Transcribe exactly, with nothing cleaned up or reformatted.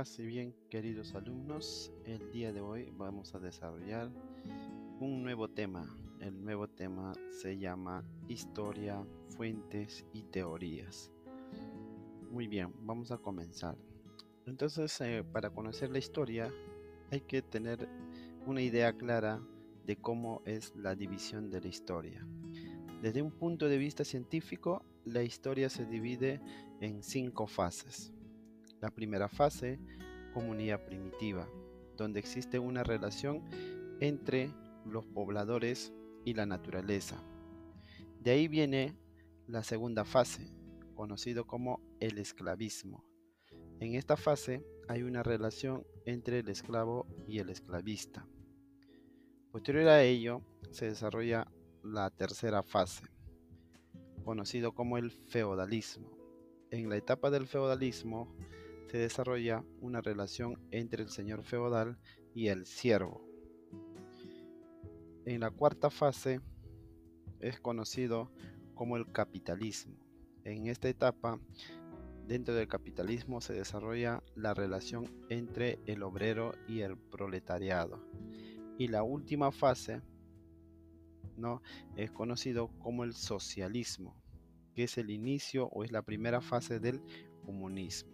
paz y bien, queridos alumnos. El día de hoy vamos a desarrollar un nuevo tema. El nuevo tema se llama Historia, Fuentes y Teorías. Muy bien, vamos a comenzar. Entonces, eh, para conocer la historia hay que tener una idea clara de cómo es la división de la historia. Desde un punto de vista científico, la historia se divide en cinco fases. La primera fase, comunidad primitiva, donde existe una relación entre los pobladores y la naturaleza. De ahí viene la segunda fase, conocido como el esclavismo. En esta fase hay una relación entre el esclavo y el esclavista. Posterior a ello se desarrolla la tercera fase, conocido como el feudalismo. En la etapa del feudalismo se desarrolla una relación entre el señor feudal y el siervo. En la cuarta fase es conocido como el capitalismo. En esta etapa, dentro del capitalismo se desarrolla la relación entre el obrero y el proletariado. Y la última fase, ¿no?, es conocido como el socialismo, que es el inicio o es la primera fase del comunismo.